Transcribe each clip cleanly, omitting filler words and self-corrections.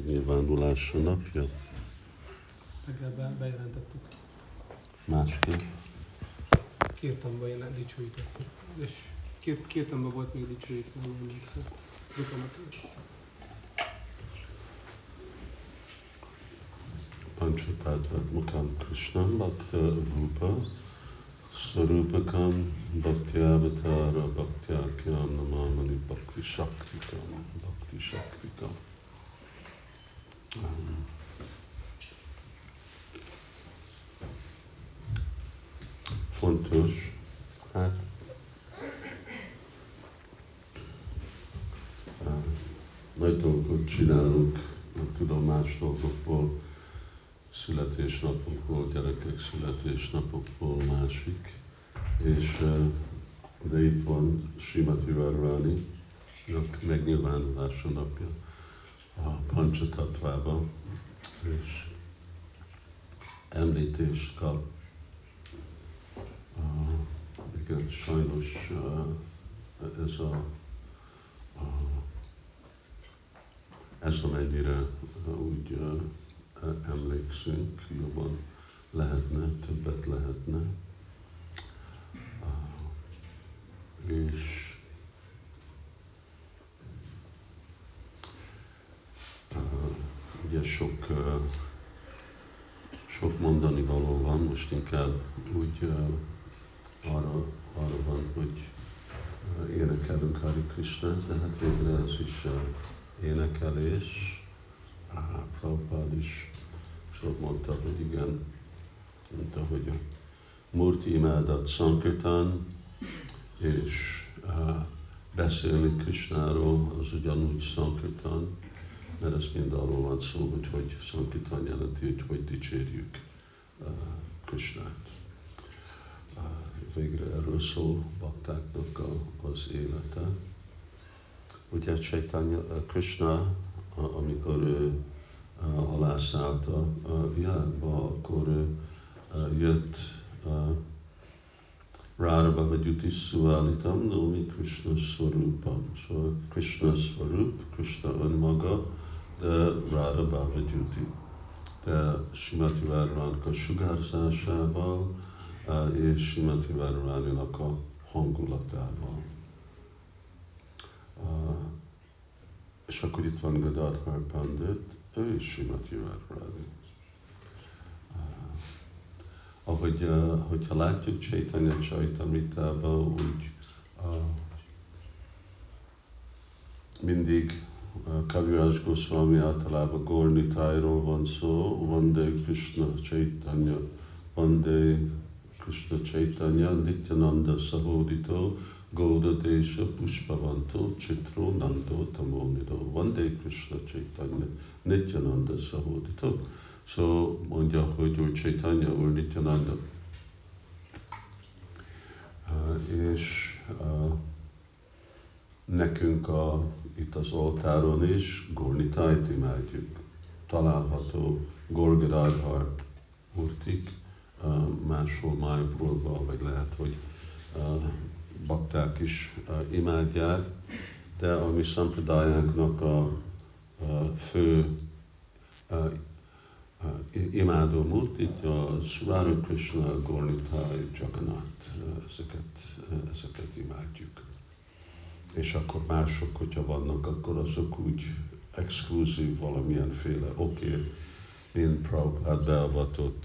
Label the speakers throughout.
Speaker 1: megnyilvánulása napja.
Speaker 2: Legalább bejelentettük.
Speaker 1: Másképp.
Speaker 2: Kirtanban dicsőítettük. És Kirtanban volt még dicsőítve, nem emlékszem.
Speaker 1: Panchatatvat Mukam Krishnam Bhakta Rupa Sarupakam Bhakti-avatara Bhakti-akyam Namamani Bhakti Shaktikam Bhakti Shaktikam. Fontos, hát nagy dolgot csinálunk, tudom, más dolgokból, születésnapokból, gyerekek születésnapokból másik, és de itt van Srimati Radharani-nak megnyilvánulása napja a Panchatatvában, és említést kap. Igen, sajnos ez amennyire úgy emlékszünk, jobban lehetne, többet lehetne. És ugye sok mondani való van, most inkább úgy arra van, hogy énekelünk Hari Krishnát, de hát végre ez is énekelés. Prabhupád is sok mondta, hogy igen, mondta, hogy a Murti imádat Sankirtan, és beszélni Krishnáról az ugyanúgy Sankirtan, mert ez mind arról van szó, hogy Sankirtan jelenti, hogy dicsérjük Krishnát. Végre erről szól baktáknak az élete. Ugye Chaitanya Krishna, amikor ő alászállt a világba, akkor ő jött Radha Bhavajuti Suválitam, Nomi Krishna Swarupam. Szóval Krishna Swarup, Krishna önmaga, de Radha Bhavajuti. De Srimati Radharaninak a sugárzásával és Srimati Radharaninak a hangulatával. És akkor itt van Gadadhar Pandit, ő is Srimati Radharani. Hogyha látjuk Chaitanya Charitamritában, úgy mindig Kaviraj Goswami általában Gaur Nitájról van szó, Vande Krishna Chaitanya, Vande Krishna Chaitanya, Nityananda Sahodito, Gauda Desha Pushpavanto, Chitro Nando Tamonido, Vande Krishna Chaitanya, Nityananda Sahodito. So mondja, hogy Úr Chaitanya, Úr Nityananda. És nekünk itt az oltáron is Gaur Nitájt imádjuk. Található Gaur Gadadhar Murtik, máshol Májapurban, vagy lehet, hogy bakták is imádják, de a mi szampradájánknak a fő imádó murtit az Radha Krishna, Gaur Nitáj, Jagannath, ezeket imádjuk. És akkor mások, hogyha vannak, akkor azok úgy exkluzív valamilyenféle okért, mint Prabhupád beavatott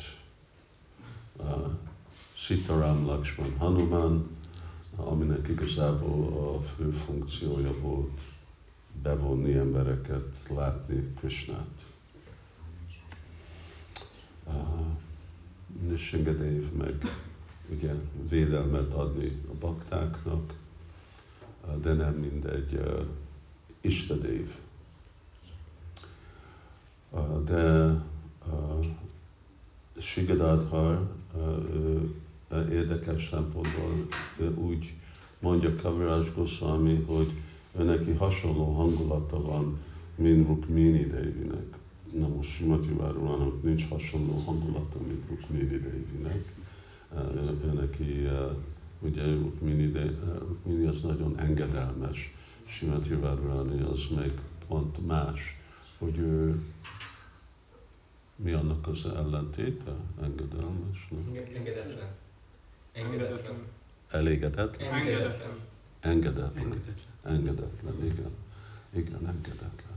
Speaker 1: Sitaram Lakshman Hanuman, aminek igazából a fő funkciója volt bevonni embereket, látni Krishnát. Nrsingadev meg ugye védelmet adni a baktáknak, de nem mindegy Istadev. De Sri Gadadhar érdekes szempontból úgy mondja Kaviraj Goswami, hogy neki hasonló hangulata van, mint Rukmini Devinek. Na most Srimati Radharaninak nincs hasonló hangulata, mint Rukmini Devinek. Neki ugye Rukmini az nagyon engedelmes, Srimati Radharani az meg pont más, hogy ő mi annak az ellentéte? Engedelmes? Nem?
Speaker 3: Engedetlen.
Speaker 1: Elégedetlen?
Speaker 3: Engedetlen.
Speaker 1: Engedetlen. Engedetlen, igen. Igen, engedetlen.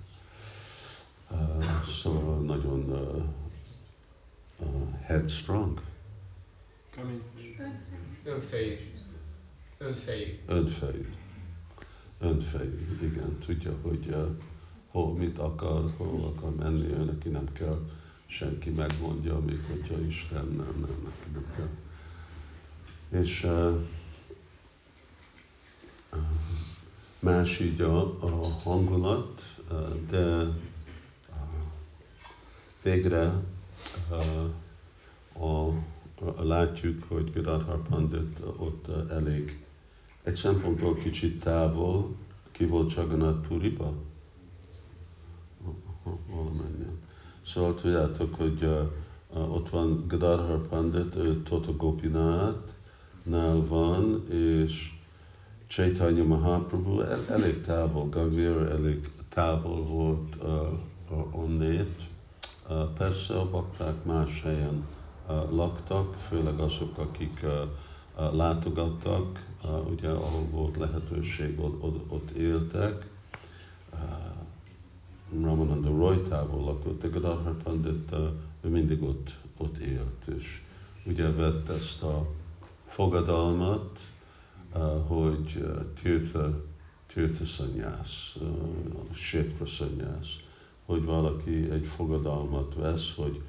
Speaker 1: Szóval nagyon headstrong.
Speaker 3: Önfejű. Önfejű.
Speaker 1: Önfejű. Önfejű, igen. Tudja, hogy hol mit akar, hol akar menni, ő neki nem kell senki megmondja, még hogyha Isten neki nem kell. És más így a hangulat, de végre látjuk, hogy Gadadhar Pandit ott elég egy szempontból kicsit távol, ki volt Jagannath Puriba? Valamennyien. Szóval tudjátok, hogy ott van Gadadhar Pandit, ő Tota Gopinath-nál van, és Chaitanya Mahaprabhu elég távol, Gangvir elég távol volt onnét. Persze a bakták más helyen laktak, főleg azok, akik látogattak, ugye ahol volt lehetőség, ott éltek. Ramananda Roy távol lakott, de Gadadhar Pandit ő mindig ott élt, és ugye vett ezt a fogadalmat, hogy Tirtha Sannyász, Kshetra Sannyász, hogy valaki egy fogadalmat vesz, hogy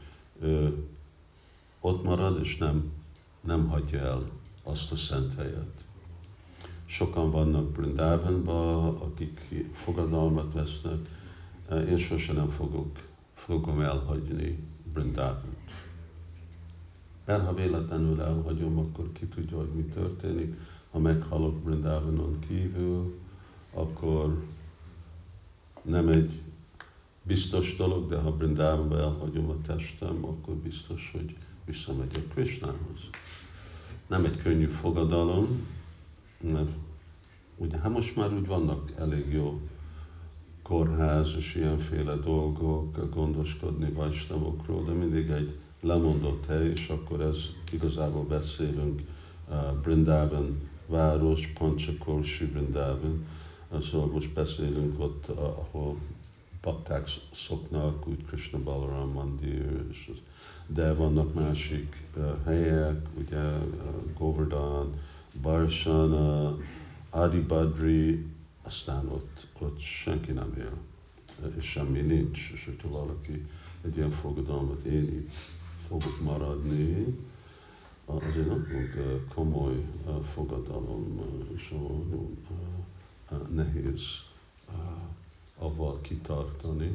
Speaker 1: ott marad, és nem hagyja el azt a szent helyet. Sokan vannak Brindavanban, akik fogadalmat vesznek, én sosem nem fogom elhagyni Brindavant. Mert ha véletlenül elhagyom, akkor ki tudja, hogy mi történik. Ha meghalok Brindavanon kívül, akkor nem egy biztos dolog, de ha Brindavanba elhagyom a testem, akkor biztos, hogy visszamegyek Krishnához. Nem egy könnyű fogadalom, mert ugye, hát most már úgy vannak elég jó kórház és ilyenféle dolgok, gondoskodni vajsnavokról, de mindig egy lemondott hely, és akkor ez igazából beszélünk Brindavan város, Panchakoshi Brindavan, szóval most beszélünk ott, ahol bakták szoknak, úgy Krishna Balaram Mandir, de vannak másik helyek, ugye Govardhan, Barsana, Adibadri, aztán ott senki nem él, és semmi nincs, és hogyha valaki egy ilyen fogadalmat, én itt fogok maradni, azért nagyon komoly fogadalom, és nehéz avval kitartani.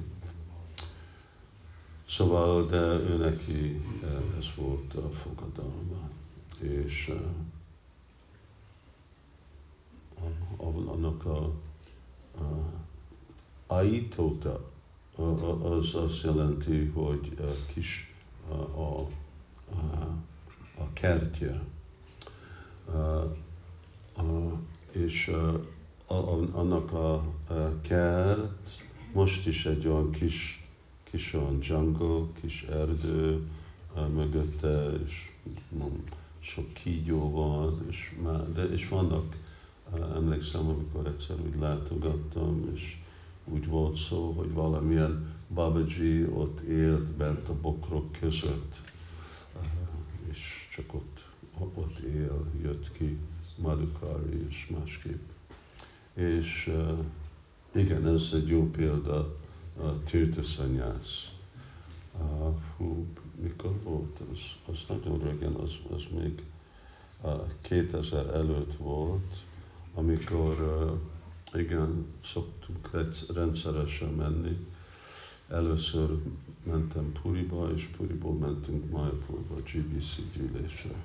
Speaker 1: Szóval, de ő neki ez volt a fogadalma, és annak a Aitota, az azt jelenti, hogy kis a kertje. És annak a kert most is egy olyan kis olyan jungle, kis erdő mögötte, és sok kígyó van, és vannak, emlékszem, amikor egyszer úgy látogattam, és úgy volt szó, hogy valamilyen Babaji ott élt bent a bokrok között, és csak ott él, jött ki Madhukari és másképp. És igen, ez egy jó példa, Tirtha Sannyász. Mikor volt? Az nagyon régen, az még 2000 előtt volt, amikor igen, szoktunk rendszeresen menni. Először mentem Puriba, és Puriból mentünk Mayapurba, GBC gyűlésre.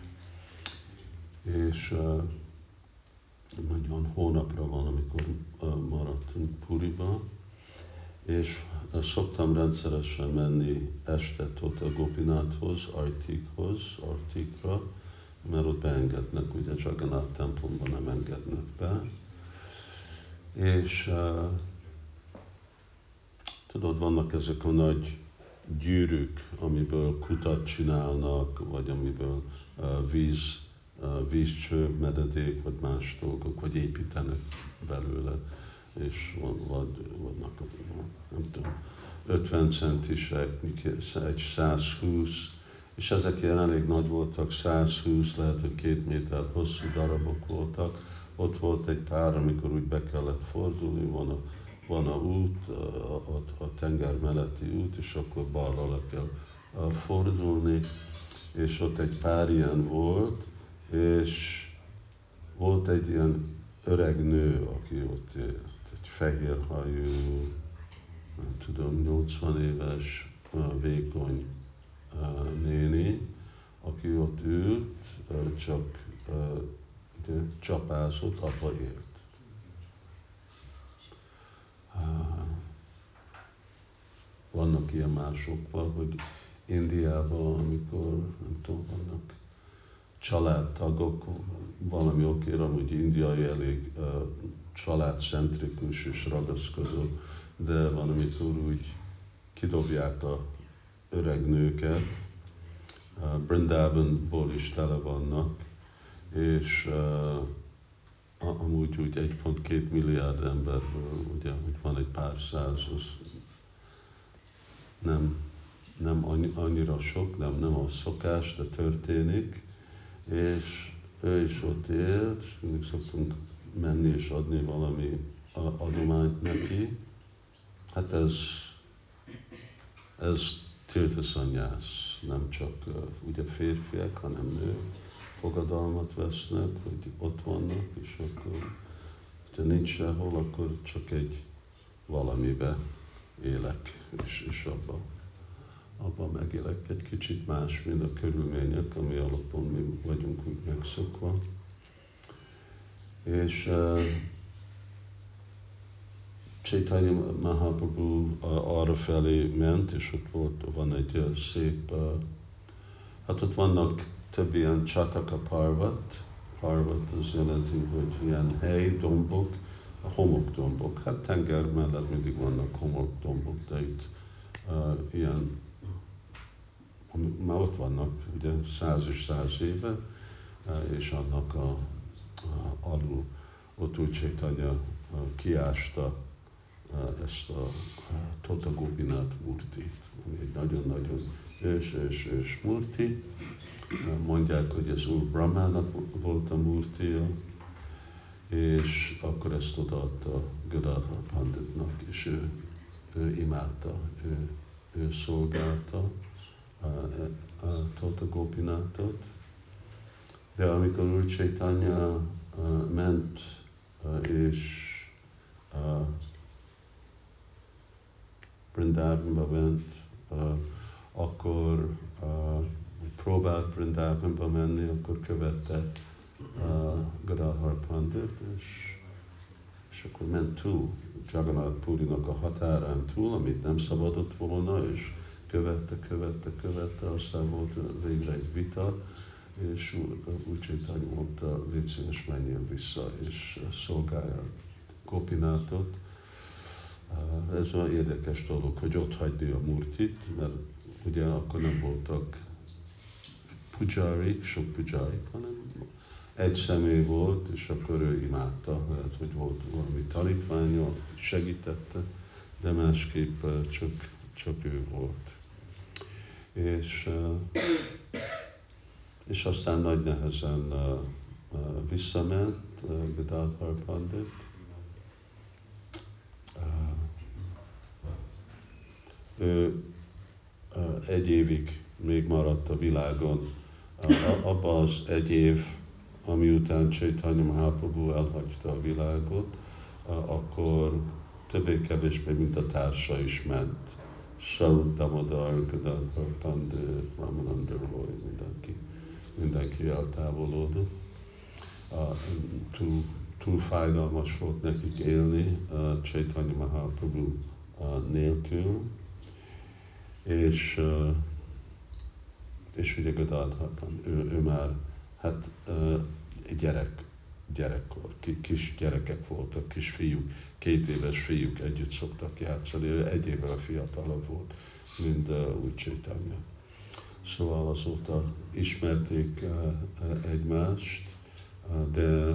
Speaker 1: És nagyon hónapra van, amikor maradtunk Puriba, és szoktam rendszeresen menni este Tota Gopinathhoz, Artikra, mert ott beengednek, ugye Jagannath templomban nem engednek be. És tudod, vannak ezek a nagy gyűrűk, amiből kutat csinálnak, vagy amiből vízcső, mededék, vagy más dolgok, vagy építenek belőle, és vannak, nem tudom, 50 centisek, egy 120, és ezek ilyen elég nagy voltak, 120, lehet, hogy 2 méter hosszú darabok voltak. Ott volt egy pár, amikor úgy be kellett fordulni, van a út, a tenger melletti út, és akkor balra le kell fordulni, és ott egy pár ilyen volt, és volt egy ilyen öreg nő, aki ott élt, egy fehérhajú, nem tudom, 80 éves, vékony néni, aki ott ült, csak csapázott, abba élt. Vannak ilyen másokban, hogy Indiában, amikor, nem tudom, vannak családtagok, valami okéra, hogy indiai elég családcentrikus és ragaszkodó, de van, amikor úgy kidobják a öreg nőket, Brindavanból is tele vannak, és amúgy úgy 1,2 milliárd emberből, ugye, hogy van egy pár száz, az nem annyira sok, nem a szokás, de történik, és ő is ott élt, és mindig szoktunk menni és adni valami adományt neki. Hát ez tirthaszanyász, nem csak ugye férfiak, hanem nők fogadalmat vesznek, hogy ott vannak, és akkor, ha nincs sehol, akkor csak egy valamibe élek, és abban megélek egy kicsit más, mint a körülmények, ami alapon mi vagyunk úgy megszokva. És Chaitanya Mahaprabhu arra felé ment, és ott van egy szép, hát ott vannak több ilyen Chataka Parvat. Parvat az jelenti, hogy ilyen hely, dombok, homokdombok. Hát tenger mellett mindig vannak homokdombok, de itt ilyen, már ott vannak, ugye 100 és 100 éve, és annak alul ott úgy Chaitanya kiásta ezt a Tota Gopinath Murtit, ami egy nagyon-nagyon ős murti. Mondják, hogy ez Úr Brahmának volt a murtija, és akkor ezt odaadta Gadadhar Panditnak, és ő imádta, ő szolgálta a Tota Gopinathot. De amikor Úr Chaitanya ment és Vrindavanba ment, akkor próbált Vrindavanba menni, akkor követte Gadadhar Pandit, és akkor ment túl Jagannath Purinak a határán túl, amit nem szabadott volna, és követte, aztán volt végre egy vita, és Úr Chaitanya mondta, légy szíves, menjen vissza, és szolgálja Gopinathot. Ez olyan érdekes dolog, hogy ott hagyni a murtit, mert ugye akkor nem voltak pujárik, sok pujárik, hanem egy személy volt, és akkor ő imádta, lehet, hogy volt valami tanítványa, segítette, de másképp csak ő volt. És aztán nagy nehezen visszament Gadadhar Pandit. Ő egy évig még maradt a világon. Abban az egy év, ami után Chaitanya Mahaprabhu elhagyta a világot, akkor többé-kevésbé, mint a társa is ment. Sarup Damodar, Gadadhar Pandit, Ramananda Roy, mindenki eltávolodott. Túl fájdalmas volt nekik élni Chaitanya Mahaprabhu nélkül, és ugye Gadadhar Pandit, ő már egy gyerek gyerekkor, kis gyerekek voltak, kis fiúk, 2 éves fiúk együtt szoktak játszani, ő 1 évvel fiatalabb volt, mint Úr Chaitanya. Szóval azóta ismerték egymást, de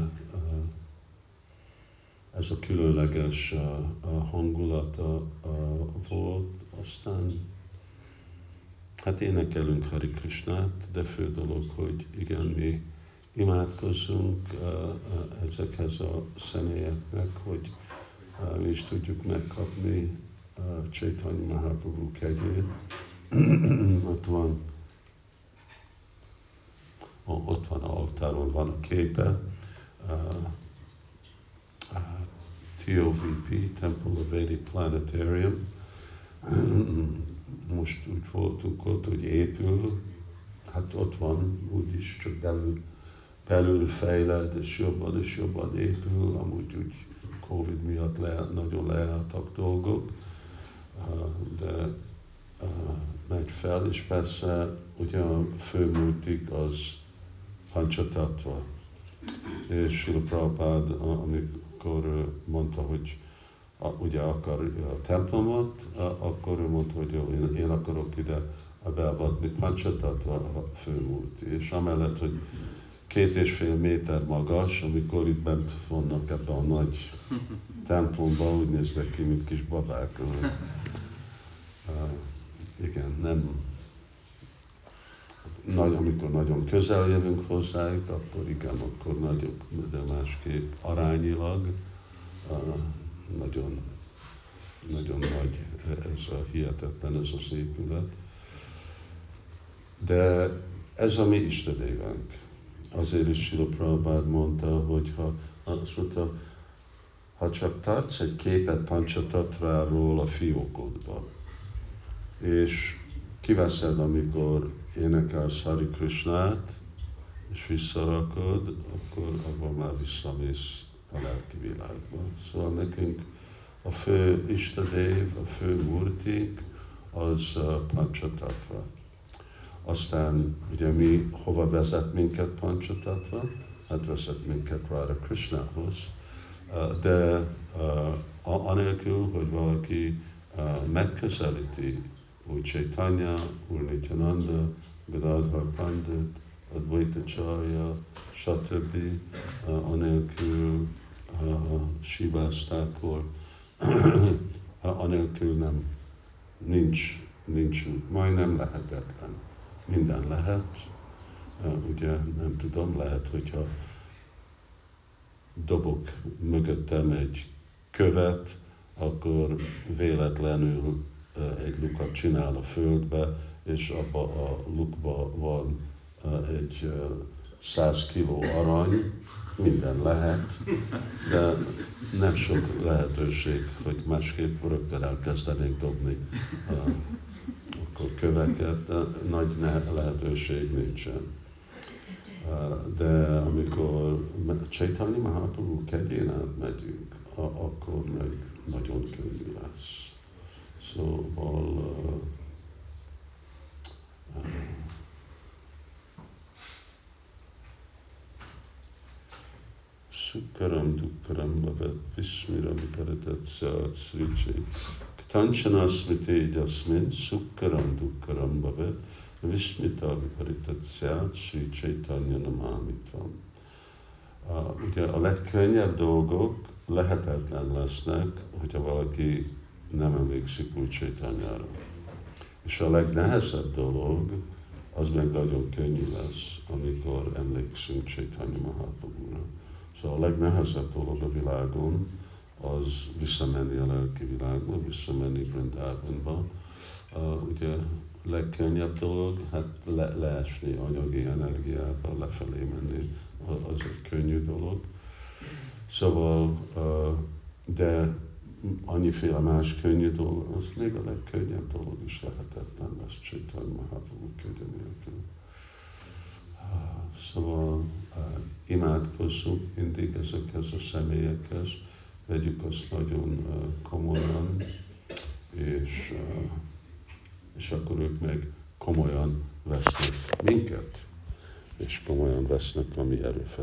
Speaker 1: ez a különleges hangulata volt, aztán hát énekelünk Hari Krishnát, de fő dolog, hogy igen, mi imádkozzunk ezekhez a személyeknek, hogy mi is tudjuk megkapni Chaitanya Mahaprabhu kegyét. Ott van a altáron, van a képe, TOVP, Temple of Vedic Planetarium. Most úgy voltunk ott, hogy épül, hát ott van, úgyis csak belül fejled, és jobban épül, amúgy úgy Covid miatt nagyon leálltak dolgok, de megy fel, és persze ugye a főmúltig az Panchatattva. És Srila Prabhupád, amikor mondta, hogy ugye akar a templomot, akkor ő mondta, hogy jó, én akarok ide beavatni Panchatattva a főmúlti. És amellett, hogy 2,5 méter magas, amikor itt bent vannak ebbe a nagy templomba, úgy néznek ki, mint kis babák. Igen, nem. Amikor nagyon közel jövünk hozzájuk, akkor igen, akkor nagyobb, de másképp arányilag nagyon, nagyon nagy, ez a hihetetlen, ez az épület. De ez a mi istedévünk. Azért is Srila Prabhupád mondta, hogy ha csak tartsz egy képet Panchatattváról a fiókodba, és kiveszed, amikor énekelsz Hari Krishnát, és visszarakod, akkor abban már visszamész a lelki világba. Szóval nekünk a fő istedév, a fő murtik az Panchatattva. Aztán ugye mi, hova vezet minket Panchatattva? Hát vezet minket Radha Krishnához. De anélkül, hogy valaki megközelíti Úr Chaitanya, Úr Nityananda, Gadadhar Pandit, Advaita Acharya, stb. Anélkül Srivas Thakur, anélkül nincs majdnem lehetetlen. Minden lehet, ugye nem tudom, lehet, hogyha dobok mögöttem egy követ, akkor véletlenül egy lukat csinál a földbe, és abba a lukba van egy 100 kiló arany, minden lehet, de nem sok lehetőség, hogy másképp rögtön elkezdenék dobni akkor köveket, de nagy lehetőség nincsen. De amikor Chaitanya Mahaprabhu kegyén átmegyünk, akkor meg nagyon könnyű lesz. Szóval Sukkaram Dukkaram Bhavat Vismiram Paritat Sat Srichi Katanchana Smriti Jasmin Sukkaram Dukkaram Bhavat Vismita Paritat Sat Sri Chaitanya Namamitvam. Ugye a legkönnyebb dolgok lehetetlen lesznek, hogyha valaki nem emlékszik Úr Chaitanyára. És a legnehezebb dolog, az meg nagyon könnyű lesz, amikor emlékszünk Chaitanya Mahaprabhura. Szóval a legnehezebb dolog a világon, az visszamenni a lelki világba, visszamenni Vrindávonba. Ugye a legkönnyebb dolog, hát leesni anyagi energiába, lefelé menni, az egy könnyű dolog. Szóval, de annyiféle más könnyű dolog, az még a legkönnyebb dolog is lehetetlen lesz Chaitanya Mahaprabhu kegye nélkül. Szóval imádkozzunk mindig ezekhez a személyekhez, vegyük azt nagyon komolyan, és akkor ők meg komolyan vesznek minket, és komolyan vesznek a mi erőfeszítésünket.